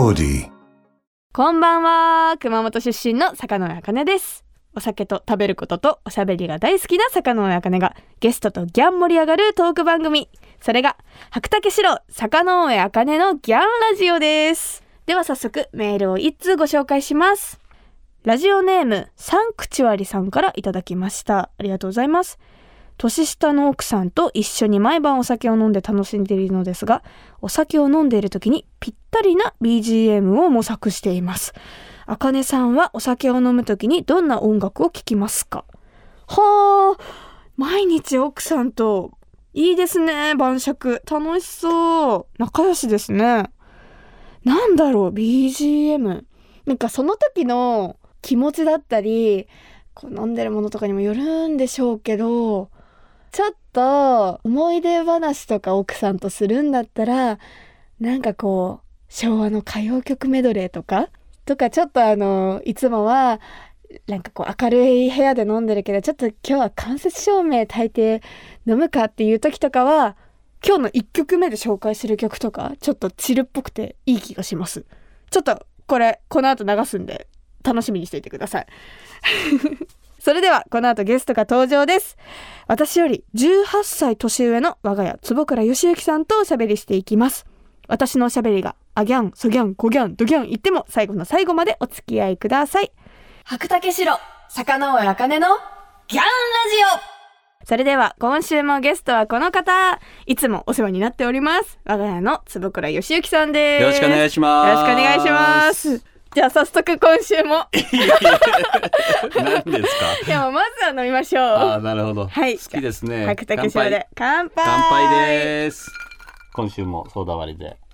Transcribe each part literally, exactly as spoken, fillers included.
Melody。 こんばんは。熊本出身の坂上茜です。お酒と食べることとおしゃべりが大好きな坂上茜がゲストとギャン盛り上がるトーク番組、それが白竹城坂上茜のギャンラジオです。では早速メールを一通ご紹介します。ラジオネームサンクチュアリさんからいただきました。ありがとうございます。年下の奥さんと一緒に毎晩お酒を飲んで楽しんでいるのですが、お酒を飲んでいる時にぴったりな ビージーエム を模索しています。あかねさんはお酒を飲む時にどんな音楽を聴きますか？はあ、毎日奥さんといいですね。晩酌楽しそう。仲良しですね。なんだろう ビージーエム、 なんかその時の気持ちだったりこう飲んでるものとかにもよるんでしょうけど、ちょっと思い出話とか奥さんとするんだったら、なんかこう昭和の歌謡曲メドレーとかとか、ちょっとあのいつもはなんかこう明るい部屋で飲んでるけど、ちょっと今日は間接照明焚いて飲むかっていう時とかは、今日のいっきょくめで紹介する曲とかちょっとチルっぽくていい気がします。ちょっとこれこの後流すんで楽しみにしていてくださいそれではこの後ゲストが登場です。私よりじゅうはっさい年上の我が家坪倉義之さんとおしゃべりしていきます。私のおしゃべりがあギャン、ソギャン、コギャン、ドギャン言っても最後の最後までお付き合いください。白竹城坂上茜のギャンラジオ。それでは今週もゲストはこの方、いつもお世話になっております我が家の坪倉義之さんです。 よろしくお願いします。 よろしくお願いします。じゃあ早速今週も何ですか？ いや、まずは飲みましょう。 あ、なるほど、 はい、 好きですね。 白竹城で乾杯。 乾杯です。今週もソーダ割りで。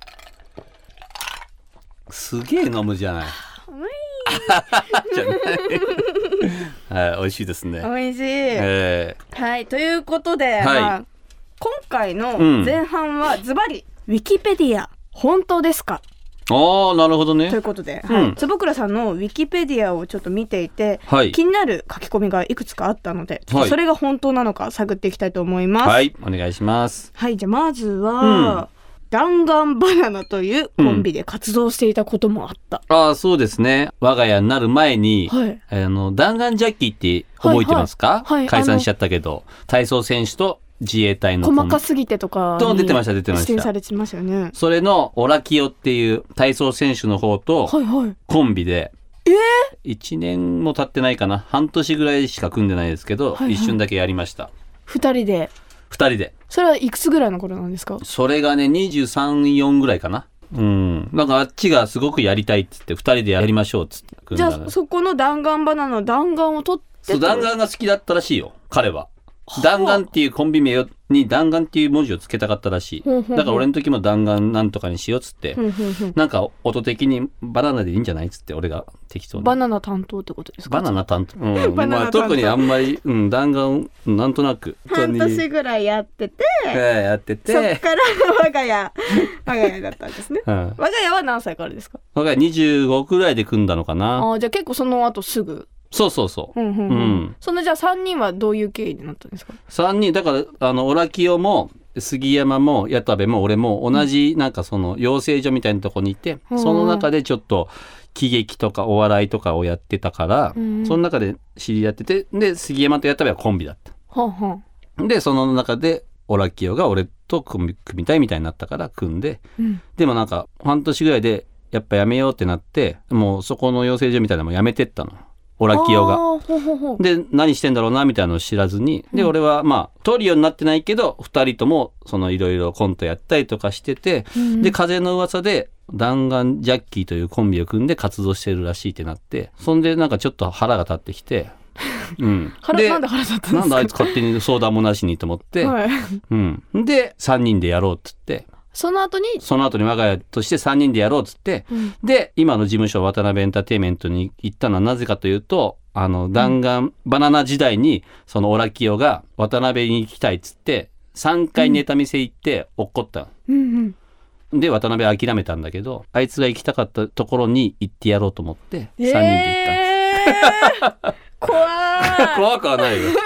すげえ飲むじゃないじゃないはい、美味しいですね。 美味しい、 えー、はい、ということで、 はい、 まあ、今回の前半はズバリ、うん、ウィキペディア本当ですか？ ああ、なるほどね。 ということで、 うん、 はい、坪倉さんのウィキペディアをちょっと見ていて、はい、気になる書き込みがいくつかあったので、ちょっとそれが本当なのか探っていきたいと思います。 はい、お願いします。 はい、じゃあまずは、うん、弾丸バナナというコンビで活動していたこともあった、 うん、ああ、そうですね。我が家になる前に、はい、あの弾丸ジャッキーって覚えてますか？はいはい、解散しちゃったけど、体操選手と自衛隊の細かすぎてとかと出てました出てました。 出演されてましたよね。 それのオラキオっていう体操選手の方とコンビで、 はいはい、えー、いちねんも経ってないかな、半年ぐらいしか組んでないですけど、はいはい、一瞬だけやりました。 ふたりでふたりで。 それはいくつぐらいの頃なんですか？ それがねにじゅうさん、よんぐらいかな。うん、なんかあっちがすごくやりたいっつってふたりでやりましょうっつって組んだ。 じゃあそこの弾丸バナナの弾丸を取って、 そう弾丸が好きだったらしいよ彼は。弾丸っていうコンビ名に弾丸っていう文字をつけたかったらしい。だから俺の時も弾丸なんとかにしようっつってなんか音的にバナナでいいんじゃないっつって俺が適当に。 バナナ担当ってことですか？ バナナ担当、うんまあ、特にあんまり、うん、弾丸なんとなく半年ぐらいやってて、 えー、やってて、 そっから我が家我が家だったんですね、うん、我が家は何歳からですか？ 我が家にじゅうごくらいで組んだのかな。 あ、じゃあ結構その後すぐ。 そうそうそう、うんうんうん、 そのじゃあさんにんはどういう経緯になったんですか？ さんにんだからあのオラキオも杉山も矢田部も俺も同じなんかその養成所みたいなとこにいて、うん、その中でちょっと喜劇とかお笑いとかをやってたから、うん、その中で知り合ってて、で杉山と矢田部はコンビだった、ははでその中でオラキオが俺と組みたいみたいになったから組んで、うん、でもなんか半年ぐらいでやっぱやめようってなって、もうそこの養成所みたいなのもやめてったのオラキオが。ほほほで何してんだろうなみたいなのを知らずに、で、うん、俺はまあトリオになってないけどふたりともそのいろいろコントやったりとかしてて、うん、で風の噂で弾丸ジャッキーというコンビを組んで活動してるらしいってなって、そんでなんかちょっと腹が立ってきてうん、 でなんで腹立ったんですか？ なんであいつ勝手に相談もなしにと思って、はいうん、でさんにんでやろうっつって、 その後にその後に我が家としてさんにんでやろうっつって、うん、で今の事務所渡辺エンターテインメントに行ったのはなぜかというと、あの弾丸バナナ時代にそのオラキオが渡辺に行きたいっつってさんかいネタ見せ行って落っこった、うんうん、で渡辺は諦めたんだけど、あいつが行きたかったところに行ってやろうと思ってさんにんで行ったんです、 えー、怖い怖くはないよ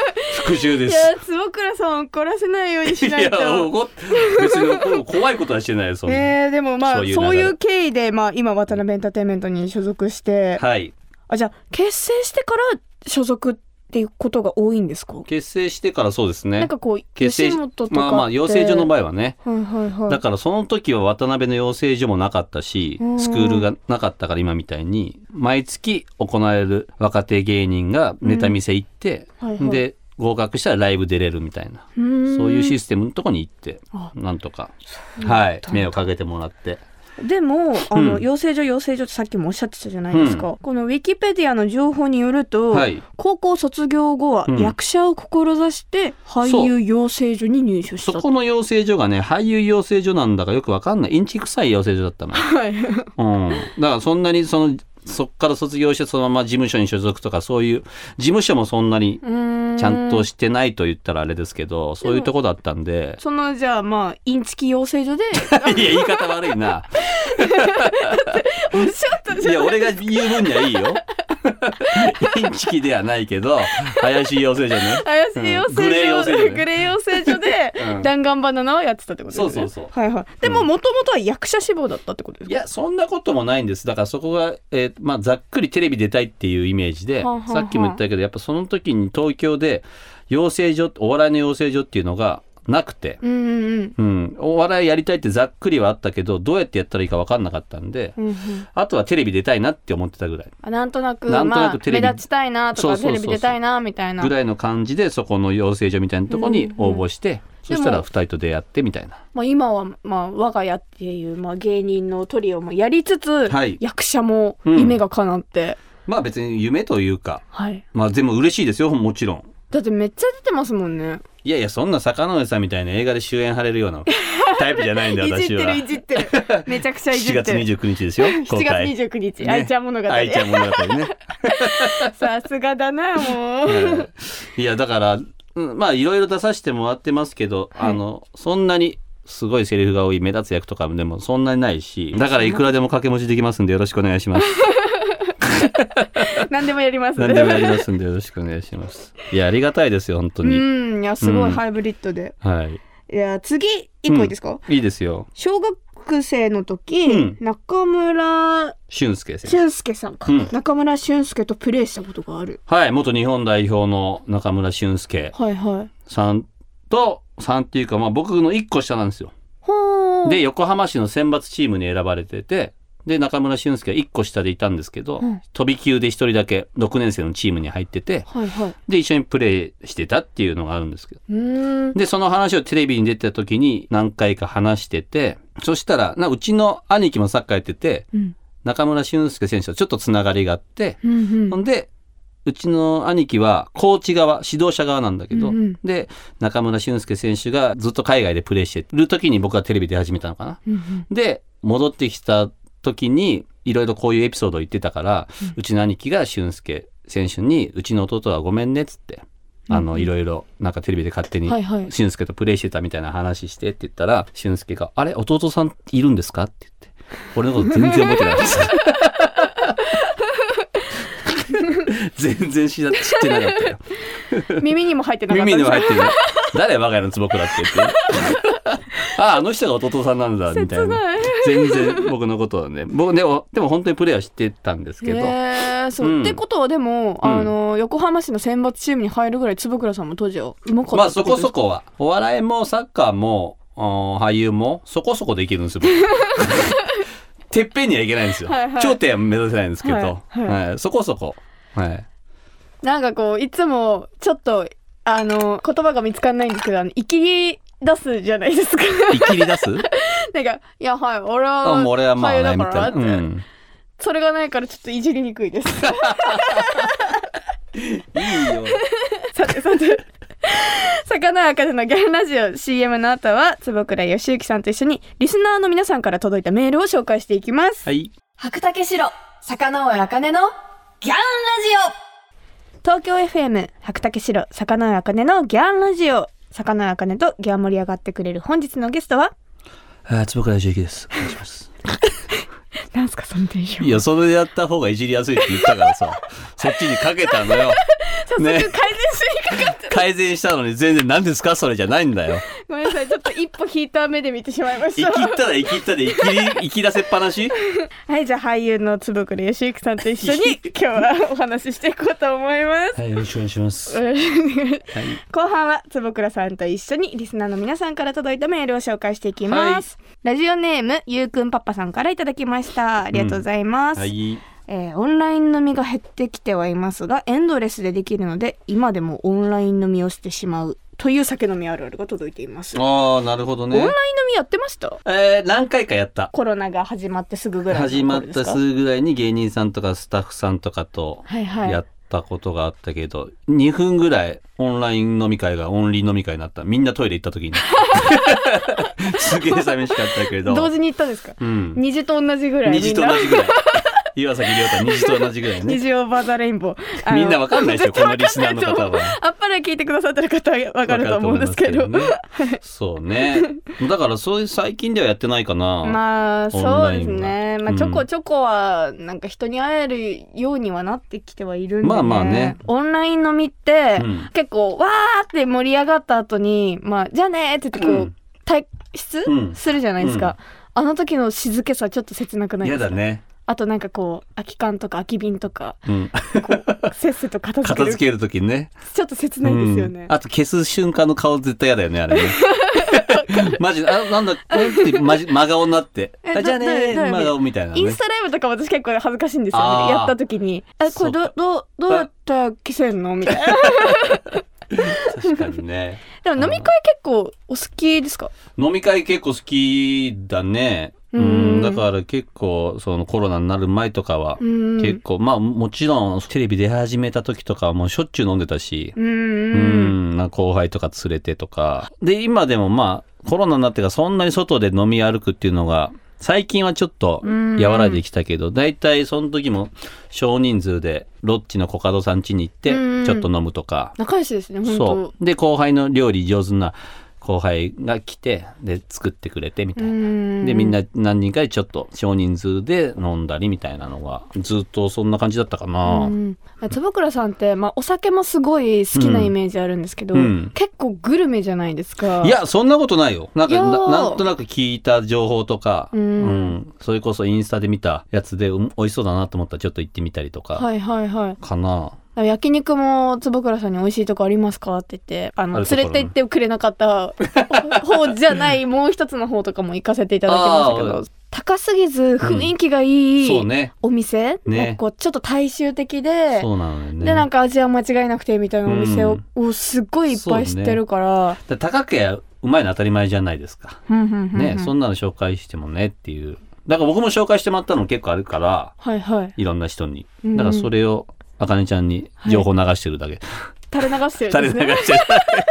復讐です。 いや坪倉さんを怒らせないようにしないと。 いや怒っ別に怖いことはしてないよそんな。 えー、でもまあそういうそういう経緯で、まあ、今渡辺エンターテインメントに所属して、 はい、 あじゃあ結成してから所属っていうことが多いんですか？ 結成してからそうですね。 なんかこう結成吉本とかってまあまあ養成所の場合はね、 はいはいはい、 だからその時は渡辺の養成所もなかったし、スクールがなかったから今みたいに毎月行われる若手芸人がネタ見せ行って、うんはいはい、で合格したらライブ出れるみたいな、そういうシステムのとこに行ってなんとか、はい、目をかけてもらって。 でもあの、 うん、 養成所養成所ってさっきもおっしゃってたじゃないですか、うん、このウィキペディアの情報によると、はい、高校卒業後は役者を志して俳優養成所に入所した、 そこの養成所がね俳優養成所なんだかよく分かんないインチ臭い養成所だったの、はいうん、だからそんなにそのそっから卒業してそのまま事務所に所属とかそういう事務所もそんなにちゃんとしてないと言ったらあれですけどそういうとこだったんで、 そのじゃあまあインチキ養成所でいや言い方悪いなおっしゃったじゃないですか。 いや俺が言う分にはいいよインチキではないけど怪しい養成所ね怪しい養成所、うん、グレー養成所、ね、グレー養成所で弾丸バナナをやってたってことですね。 そうそうそう、 はいはい、でももともとは役者志望だったってことですか？ いやそんなこともないんです。だからそこが、えーまあ、ざっくりテレビ出たいっていうイメージで、はあはあ、さっきも言ったけどやっぱその時に東京で養成所お笑いの養成所っていうのがなくて、うんうんうん、お笑いやりたいってざっくりはあったけどどうやってやったらいいか分かんなかったんで、うんうん、あとはテレビ出たいなって思ってたぐらい。 あなんとなくなんとなくテレビ、まあ、目立ちたいなとかテレビ出たいなみたいなぐらいの感じでそこの養成所みたいなところに応募して、うんうん、そしたらふたりと出会ってみたいな。 まあ、今は、まあ、我が家っていう、まあ、芸人のトリオもやりつつ、はい、役者も夢が叶って、 うん、まあ別に夢というか、はい、まあでも嬉しいですよもちろん。 だってめっちゃ出てますもんね。 いやいやそんな坂上さんみたいな映画で主演張れるようなタイプじゃないんだよ私は。 いじってるいじってるめちゃくちゃいじってる。 しちがつにじゅうくにちですよ公開。 しちがつにじゅうくにち、ね、愛ちゃん物語愛ちゃん物語ねさすがだなもういやだからまあいろいろ出させてもらってますけど、はい、あのそんなにすごいセリフが多い目立つ役とかでもそんなにないし、だからいくらでも掛け持ちできますんでよろしくお願いします何でもやりますね。 何でもやりますんでよろしくお願いします。いやありがたいですよ本当に。 うんいやすごいハイブリッドで、うん、はいいや次一個いいですか？ うん、いいですよ。 小学生の時、うん、中村俊介先生俊介さんか、うん、中村俊介とプレーしたことがある。 はい元日本代表の中村俊介さんとさんっていうか、まあ、僕のいっこ下なんですよ。で横浜市の選抜チームに選ばれてて、で中村俊輔はいっこ下でいたんですけど、うん、飛び級でひとりだけろくねん生のチームに入ってて、はいはい、で一緒にプレーしてたっていうのがあるんですけど、うーんでその話をテレビに出てた時に何回か話してて、そしたらなうちの兄貴もサッカーやってて、うん、中村俊輔選手とちょっとつながりがあって、うんうん、ほんでうちの兄貴はコーチ側指導者側なんだけど、うんうん、で中村俊輔選手がずっと海外でプレーしてる時に僕はテレビ出始めたのかな、うんうん、で戻ってきた時にいろいろこういうエピソードを言ってたから、うん、うちの兄貴が俊輔選手にうちの弟はごめんねっつって、うん、あのいろいろなんかテレビで勝手に俊輔とプレーしてたみたいな話してって言ったら、俊輔があれ弟さんいるんですかって言って俺のこと全然覚えてないです全然知ってなかったよ耳にも入ってなかった。 耳にも入ってない誰我が家の坪倉って言ってあああの人が弟さんなんだみたいな全然僕のことはね僕でもでも本当にプレーは知ってたんですけど、 えーそううん、ってことはでも、うん、あの横浜市の選抜チームに入るぐらい坪倉さんも当時はうまかったってことですか？まあそこそこはお笑いもサッカーも俳優もそこそこできるんですよてっぺんにはいけないんですよ、はいはい、頂点は目指せないんですけど、はいはいはい、そこそこ、はい、 なんかこういつもちょっとあの言葉が見つかんないんですけど、あのいきり出すじゃないですかいきり出すなんかいやはい俺は俺はまあねみたいな、うん、 それがないからちょっといじりにくいですいいよさてさて魚あかねのギャンラジオ シーエム の後は坪倉義之さんと一緒にリスナーの皆さんから届いたメールを紹介していきます。はい。白竹城魚尾あかねのギャンラジオ、東京 エフエム 白竹城魚尾あかねのギャンラジオ、魚尾あかねとギャン盛り上がってくれる本日のゲストはあ坪倉義之です。お願いしますなんすかそのテンション。 いやそれでやった方がいじりやすいって言ったからさそっちにかけたのよ早速改善しにかかって、ね、 改善したのに全然何ですかそれじゃないんだよ。 ごめんなさい、ちょっと一歩引いた目で見てしまいました。 生きったら生きったで生きり生き出せっぱなし。 はい、じゃあ俳優の坪倉義行さんと一緒に今日はお話ししていこうと思います。 はい、よろしくお願いします。 よろしくお願いします。 はい、 後半は坪倉さんと一緒にリスナーの皆さんから届いたメールを紹介していきます、はい、ラジオネームゆうくんパパさんからいただきました。ありがとうございます、うん、はい。えー、オンライン飲みが減ってきてはいますがエンドレスでできるので今でもオンライン飲みをしてしまうという酒飲みあるあるが届いています。 ああ、なるほどね。 オンライン飲みやってました？ えー、何回かやった。 コロナが始まってすぐぐらいの頃ですか？ 始まったすぐぐらいに芸人さんとかスタッフさんとかとやったことがあったけど、はいはい、にふんぐらいオンライン飲み会がオンリー飲み会になった。みんなトイレ行った時にすげえ寂しかったけど。 同時に行ったんですか？うん、虹と同じぐらい。 虹と同じぐらい岩崎亮太虹と同じぐらいね。 虹オーバーザレインボー。 みんなわかんないですよこのリスナーの方は。 あっぱれ聞いてくださってる方はわかると思うんですけど。ね、 そうね。だからそういう最近ではやってないかな。 まあそうですね。まあちょこちょこはなんか人に会えるようにはなってきてはいるんでね。まあまあね。オンライン飲みって、うん、結構わーって盛り上がった後にまあじゃあねって言ってこう、うん、退出、うん、するじゃないですか。うん、あの時の静けさちょっと切なくないですか？やだね。あとなんかこう空き缶とか空き瓶とか、うん、こうせっせと片付ける片付ける時にねちょっと切ないですよね、 うん、あと消す瞬間の顔絶対嫌だよねあれねマジあなんだってマジ真顔になってあじゃあね真顔みたいな、ね、 インスタライブとか私結構恥ずかしいんですよね。やった時にあこれどどどうやったら消せんのみたいな確かにね。 でも飲み会結構お好きですか？ 飲み会結構好きだね。うん、だから結構そのコロナになる前とかは結構まあもちろんテレビ出始めた時とかはもうしょっちゅう飲んでたし、うんうんなんか後輩とか連れてとかで今でもまあコロナになってからそんなに外で飲み歩くっていうのが最近はちょっと和らいできたけどだいたいその時も少人数でロッチのコカドさん家に行ってちょっと飲むとか仲良しですね本当。 そうで後輩の料理上手な後輩が来てで作ってくれてみたいなでみんな何人かでちょっと少人数で飲んだりみたいなのがずっとそんな感じだったかな。 坪倉さんって、まあ、お酒もすごい好きなイメージあるんですけど、うん、結構グルメじゃないですか。 いやそんなことないよ。なんか な, なんとなく聞いた情報とか、うんうん、それこそインスタで見たやつで、うん、美味しそうだなと思ったらちょっと行ってみたりとか、はいはいはい、かな。 焼肉も坪倉さんに美味しいとこありますかって言ってあの連れて行ってくれなかった方じゃないもう一つの方とかも行かせていただきましたけど高すぎず雰囲気がいい、うんね、お店、ね、こうちょっと大衆的でそうなのよ、ね、でなんか味は間違いなくてみたいなお店を、うん、すっごいいっぱい知ってるから、ね、 だ高けやうまいの当たり前じゃないですか、ね、そんなの紹介してもねっていうだから僕も紹介してもらったの結構あるから、はいはい、いろんな人にだからそれをあかねちゃんに情報流してるだけ、はい、 垂れ流してるんですね。垂れ流して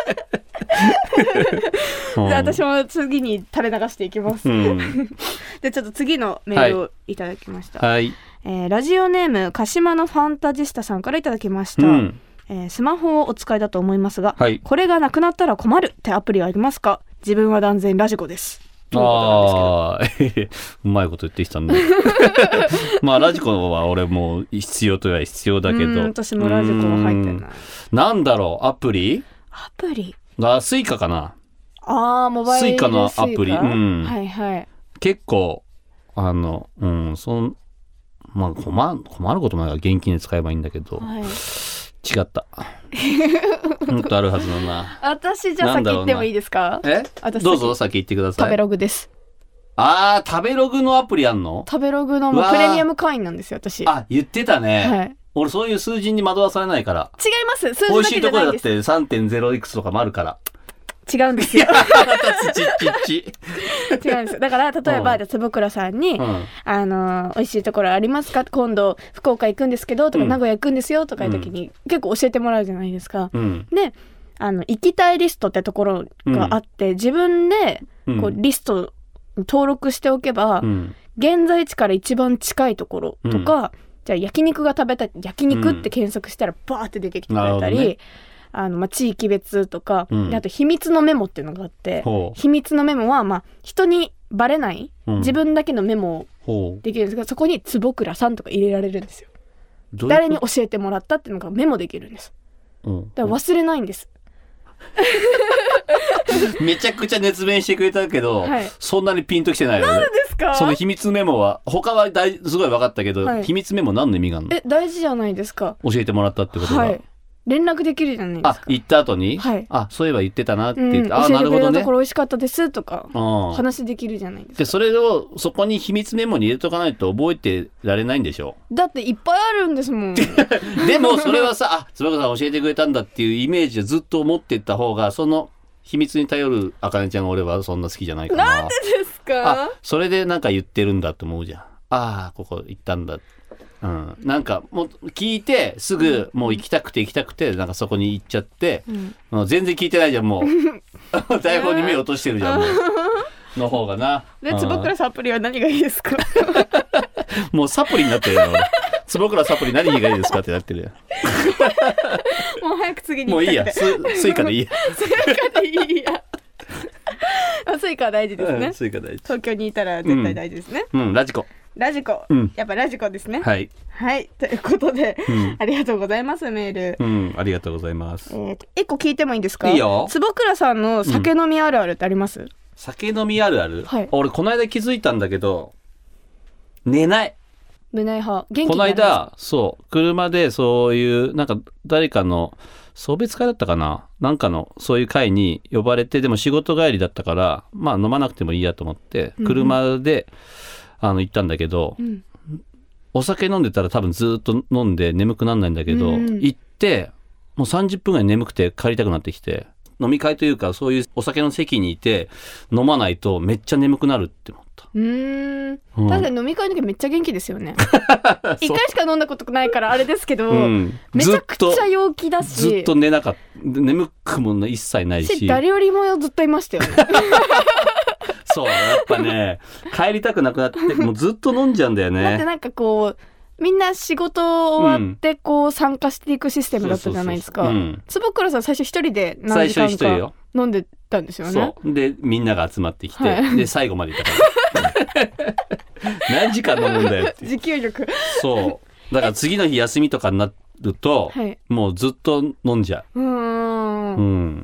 るで私も次に垂れ流していきます、うん、でちょっと次のメールをいただきました、はいえー、ラジオネーム鹿島のファンタジスタさんからいただきました、うんえー、スマホをお使いだと思いますが、はい、これがなくなったら困るってアプリはありますか？自分は断然ラジコです。 ああうまいこと言ってきたねまあラジコは俺も必要とは必要だけど私もラジコは入ってない。 なんだろうアプリアプリあスイカかなあモバイルスイカのアプリ、うん、 はいはい結構あのうんそんまあ困る困ることもないから現金で使えばいいんだけど、はい、違ったもっとあるはずだな。 私じゃあ先言ってもいいですか？ えどうぞ先言ってください。 食べログです。 あー食べログのアプリあんの？ 食べログのもうプレミアム会員なんですよ私。 あ言ってたね、はい、俺そういう数字に惑わされないから。 違います数字だけじゃないです。美味しいところだって さんてんゼロいくつとかもあるから違うんですよちっち違うんです。だから例えば、うん、坪倉さんに、うん、あの美味しいところありますか今度福岡行くんですけどとか、うん、名古屋行くんですよとかいう時に、うん、結構教えてもらうじゃないですか、うん、であの行きたいリストってところがあって、うん、自分でこうリスト登録しておけば、うん、現在地から一番近いところとか、うん、じゃあ焼肉が食べたい焼肉って検索したらバーって出てきてくれたり、うんあのまあ、地域別とか、うん、であと秘密のメモっていうのがあって秘密のメモは、まあ、人にバレない、うん、自分だけのメモをできるんですがそこに坪倉さんとか入れられるんですよ。誰に教えてもらったっていうのがメモできるんです。うん、だから忘れないんです。 めちゃくちゃ熱弁してくれたけど、 はい、 そんなにピンときてないよね。 なんでですか？ その秘密メモは他は大すごい分かったけど、はい、秘密メモ何の意味があるの？ え、大事じゃないですか。 教えてもらったってことが、はい、 連絡できるじゃないですか。 あ、行った後に、 はい、 あ、そういえば言ってたなって言って、うん、 あ、なるほどね、教えてくれたところ美味しかったですとか話できるじゃないですか。 でそれをそこに秘密メモに入れとかないと覚えてられないんでしょ？ だっていっぱいあるんですもん。 でもそれはさ、あ、つばこさん教えてくれたんだっていうイメージをずっと持っていった方が、その秘密に頼るあかねちゃんが俺はそんな好きじゃないかな。 なんでですか？ あ、それでなんか言ってるんだって思うじゃん。ああ、ここ行ったんだ。うん、なんかもう聞いてすぐもう行きたくて行きたくてなんかそこに行っちゃって、うん、もう全然聞いてないじゃん、もう台本に目落としてるじゃん、もうの方がな。 で、坪倉サプリは何がいいですか？ もうサプリになってるよ。坪倉サプリ何がいいですかってなってるよ。 もう早く次にもういいや、ススイカでいいや。 スイカでいいや。スイカは大事ですね、 うん、スイカ大事。 東京にいたら絶対大事ですね。 うん、うん、ラジコラジコ、うん、やっぱラジコですね。 はいはいということで、うん、ありがとうございます。メール、 うん、ありがとうございます。 えー、一個聞いてもいいですか？ いいよ。 坪倉さんの酒飲みあるあるってあります？うん、 酒飲みあるある、はい、俺この間気づいたんだけど、寝ない寝ない派。元気この間そう車でそういうなんか誰かの送別会だったかな、なんかのそういう会に呼ばれて、でも仕事帰りだったからまあ飲まなくてもいいやと思って車で、うん、あの行ったんだけど、うん、お酒飲んでたら多分ずっと飲んで眠くなんないんだけど、うん、行ってもうさんじゅっぷんぐらい眠くて帰りたくなってきて、飲み会というかそういうお酒の席にいて飲まないとめっちゃ眠くなるって思った。 うーん、うん、確かに飲み会の時めっちゃ元気ですよね。一回しか飲んだことないからあれですけど、うん、めちゃくちゃ陽気だし、 ずっと寝なかった、眠くも一切ないし、 誰よりもずっといましたよね。 そうやっぱね、帰りたくなくなってもうずっと飲んじゃうんだよね。 だってなんかこうみんな仕事終わってこう参加していくシステムだったじゃないですか。坪倉さん最初一人で何時間か飲んでたんですよね。 そうでみんなが集まってきて、はい、で最後までいたから何時間飲むんだよって持久力。 そうだから次の日休みとかになると、はい、もうずっと飲んじゃう。うーん、うん、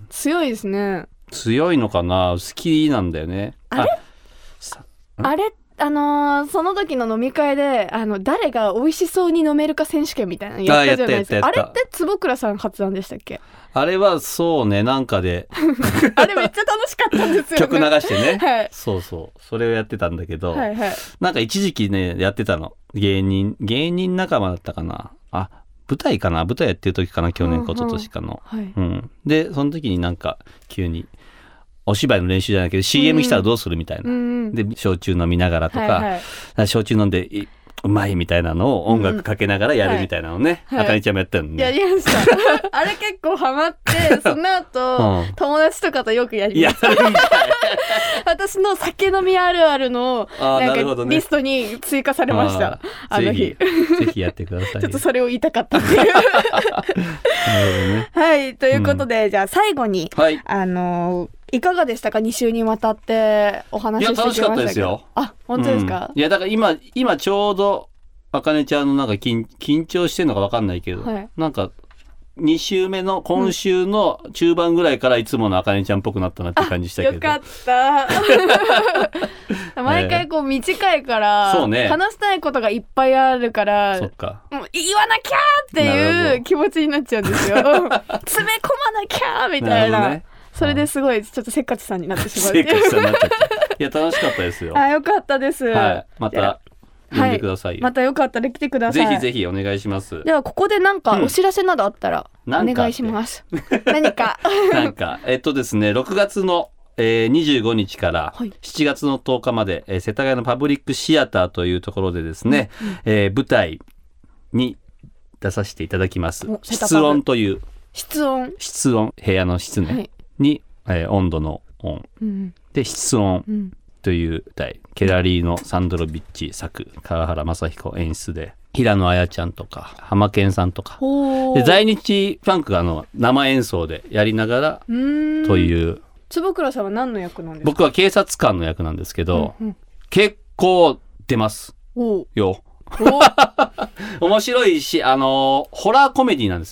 強いですね。 強いのかな、好きなんだよね。 あれあれあのー、その時の飲み会であの誰が美味しそうに飲めるか選手権みたいなのやったじゃないですか。 あ, あれって坪倉さん発案でしたっけ？ あれはそうね、なんかであれめっちゃ楽しかったんですよね。 曲流してね、 はい、 そうそうそれをやってたんだけど、 はい、はい、 なんか一時期ねやってたの、芸人芸人仲間だったかな、あ舞台かな、舞台やってる時かな、去年か一昨年かの、はい、うん、でその時になんか急にお芝居の練習じゃないけど シーエム したらどうするみたいな、うん、で焼酎飲みながらとか、はいはい、焼酎飲んでうまいみたいなのを音楽かけながらやるみたいなのね、あかねちゃんもやったのね。 やりましたあれ結構ハマってその後、うん、友達とかとよくやりました。私の酒飲みあるあるのなんかリストに追加されました。 あ, あの日ぜひやってください。 ちょっとそれを言いたかったっていうなるほど、ね、はいということで、うん、じゃあ最後に、はい、あのいかがでしたか？に週にわたってお話ししてきましたけど。いや楽しかったですよ。あ、本当ですか？ うん、いやだから今今ちょうどあかねちゃんのなんか 緊, 緊張してるのか分かんないけど、はい、なんかに週目の今週の中盤ぐらいからいつものあかねちゃんっぽくなったなって感じしたけど。 よかった毎回こう短いから、そうね、話したいことがいっぱいあるから、そっか、もう言わなきゃっていう気持ちになっちゃうんですよ。詰め込まなきゃみたい な, な、ね、それですごいちょっとせっかちさんになってしまう。 せっかちさんになっちゃった。いや楽しかったですよ。 あ、よかったです。 はい、また呼んでくださいよ。 はい、またよかったら来てください。 ぜひぜひお願いします。 ではここでなんかお知らせなどあったらお願いします。うん、何かなんかえっとですねろくがつのえー、にじゅうごにちからしちがつのとおかまで、えー、世田谷のパブリックシアターというところでですね、うんうん、えー、舞台に出させていただきます。室温という室温室温部屋の室、ね、はい、に、えー、温度の温、うん、で室温という舞台、ケラリーノ・サンドロビッチ作、川原雅彦演出で平野綾ちゃんとか浜健さんとかで在日ファンクがあの生演奏でやりながらという。 坪倉さんは何の役なんですか？ 僕は警察官の役なんですけど、うんうん、結構出ますよ。面白いし、あのホラーコメディなんですよ。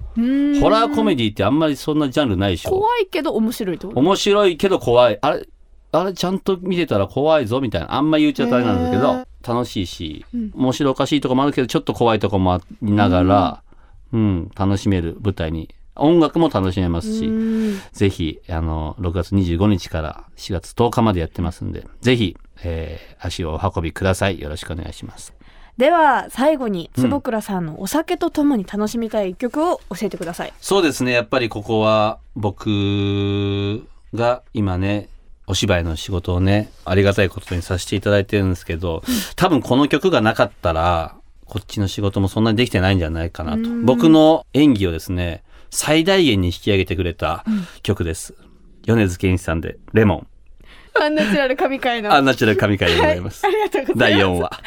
うーんホラーコメディってあんまりそんなジャンルないでしょ。 怖いけど面白いってこと面白いけど怖い、あれあれちゃんと見てたら怖いぞみたいな、あんま言っちゃったらあれなんだけど楽しいし、うん、面白おかしいとこもあるけどちょっと怖いとこもありながら、うん、うん、楽しめる舞台に、音楽も楽しめますし、ぜひあのろくがつにじゅうごにちからしがつとおかまでやってますんで、ぜひ、えー、足をお運びください。よろしくお願いします。 では最後に坪倉さんのお酒とともに楽しみたい一曲を教えてください。 うん、そうですね、やっぱりここは僕が今ねお芝居の仕事をねありがたいことにさせていただいてるんですけど、多分この曲がなかったらこっちの仕事もそんなにできてないんじゃないかなと。僕の演技をですね最大限に引き上げてくれた曲です、うん、米津玄師さんでレモン。 アンナチュラル神回のアンナチュラル神回でございます、 はい、ありがとうございます。 だいよんわ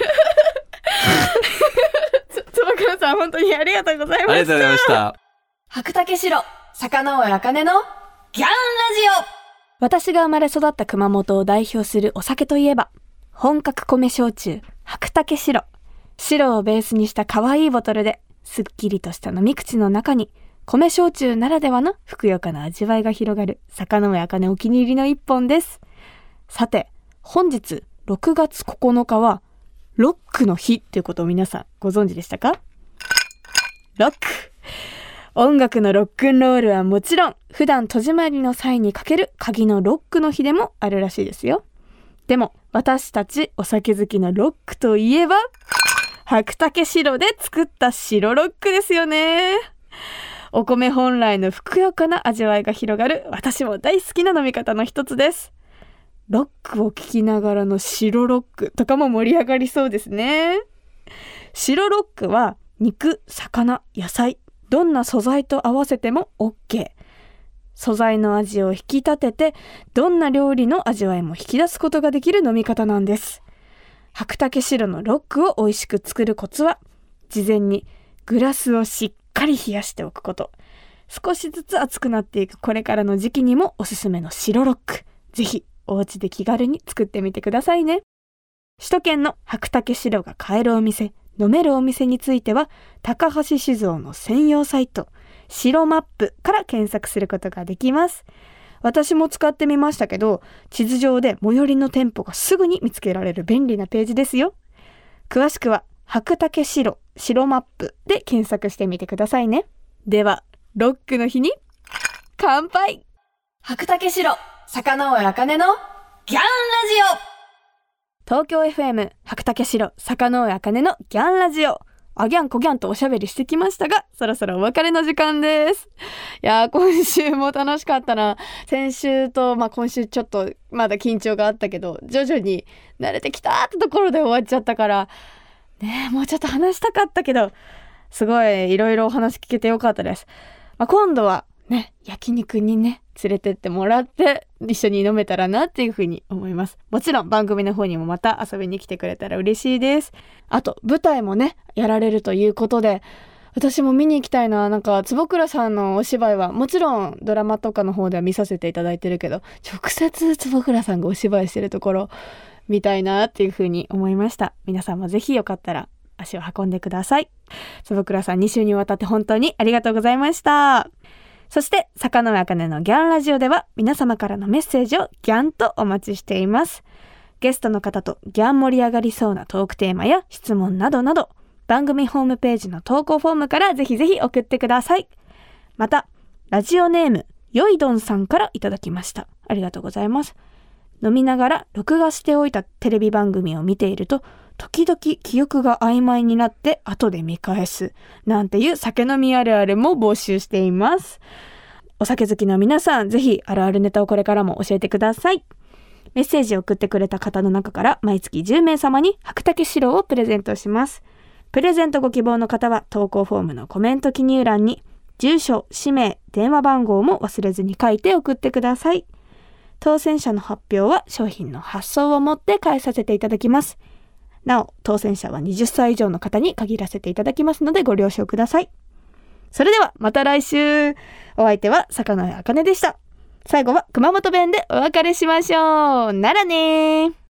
坪倉さん本当にありがとうございました。 ありがとうございました。 白竹城坂上茜のギャンラジオ。私が生まれ育った熊本を代表するお酒といえば本格米焼酎白竹城。白をベースにした可愛いボトルですっきりとした飲み口の中に米焼酎ならではのふくよかな味わいが広がる坂上茜お気に入りの一本です。さて本日ろくがつここのかはロックの日ということを皆さんご存知でしたか？ロック、音楽のロックンロールはもちろん普段戸締まりの際にかける鍵のロックの日でもあるらしいですよ。でも私たちお酒好きのロックといえば白竹白で作った白ロックですよね。お米本来のふくよかな味わいが広がる私も大好きな飲み方の一つです。ロックを聴きながらの白ロックとかも盛り上がりそうですね。白ロックは肉、魚、野菜、どんな素材と合わせても OK。 素材の味を引き立ててどんな料理の味わいも引き出すことができる飲み方なんです。白竹白のロックを美味しく作るコツは事前にグラスをしっかり冷やしておくこと。少しずつ熱くなっていくこれからの時期にもおすすめの白ロック、ぜひお家で気軽に作ってみてくださいね。首都圏の白竹白が買えるお店、飲めるお店については高橋酒造の専用サイト白マップから検索することができます。私も使ってみましたけど、地図上で最寄りの店舗がすぐに見つけられる便利なページですよ。詳しくは白竹白白マップで検索してみてくださいね。ではロックの日に乾杯。白竹白坂上茜のギャンラジオ。東京 エフエム 白竹城坂上茜のギャンラジオ。あギャンこギャンとおしゃべりしてきましたが、そろそろお別れの時間です。いやー今週も楽しかったな。先週と、まあ、今週ちょっとまだ緊張があったけど徐々に慣れてきたってところで終わっちゃったからね、もうちょっと話したかったけどすごいいろいろお話聞けてよかったです。まあ、今度はね焼肉にね連れてってもらって一緒に飲めたらなっていうふうに思います。もちろん番組の方にもまた遊びに来てくれたら嬉しいです。あと舞台もねやられるということで私も見に行きたいな。なんか坪倉さんのお芝居はもちろんドラマとかの方では見させていただいてるけど直接坪倉さんがお芝居してるところ見たいなっていうふうに思いました。皆さんもぜひよかったら足を運んでください。坪倉さんに週にわたって本当にありがとうございました。そして坂上茜のギャンラジオでは皆様からのメッセージをギャンとお待ちしています。ゲストの方とギャン盛り上がりそうなトークテーマや質問などなど番組ホームページの投稿フォームからぜひぜひ送ってください。またラジオネームよいどんさんからいただきました。ありがとうございます。飲みながら録画しておいたテレビ番組を見ていると時々記憶が曖昧になって後で見返すなんていう酒飲みあるあるも募集しています。お酒好きの皆さんぜひあるあるネタをこれからも教えてください。メッセージを送ってくれた方の中から毎月じゅうめい様に白竹白をプレゼントします。プレゼントご希望の方は投稿フォームのコメント記入欄に住所、氏名、電話番号も忘れずに書いて送ってください。当選者の発表は商品の発送をもって返させていただきます。なお当選者ははたち以上の方に限らせていただきますのでご了承ください。それではまた来週。お相手は坂上茜でした。最後は熊本弁でお別れしましょう。ならねー。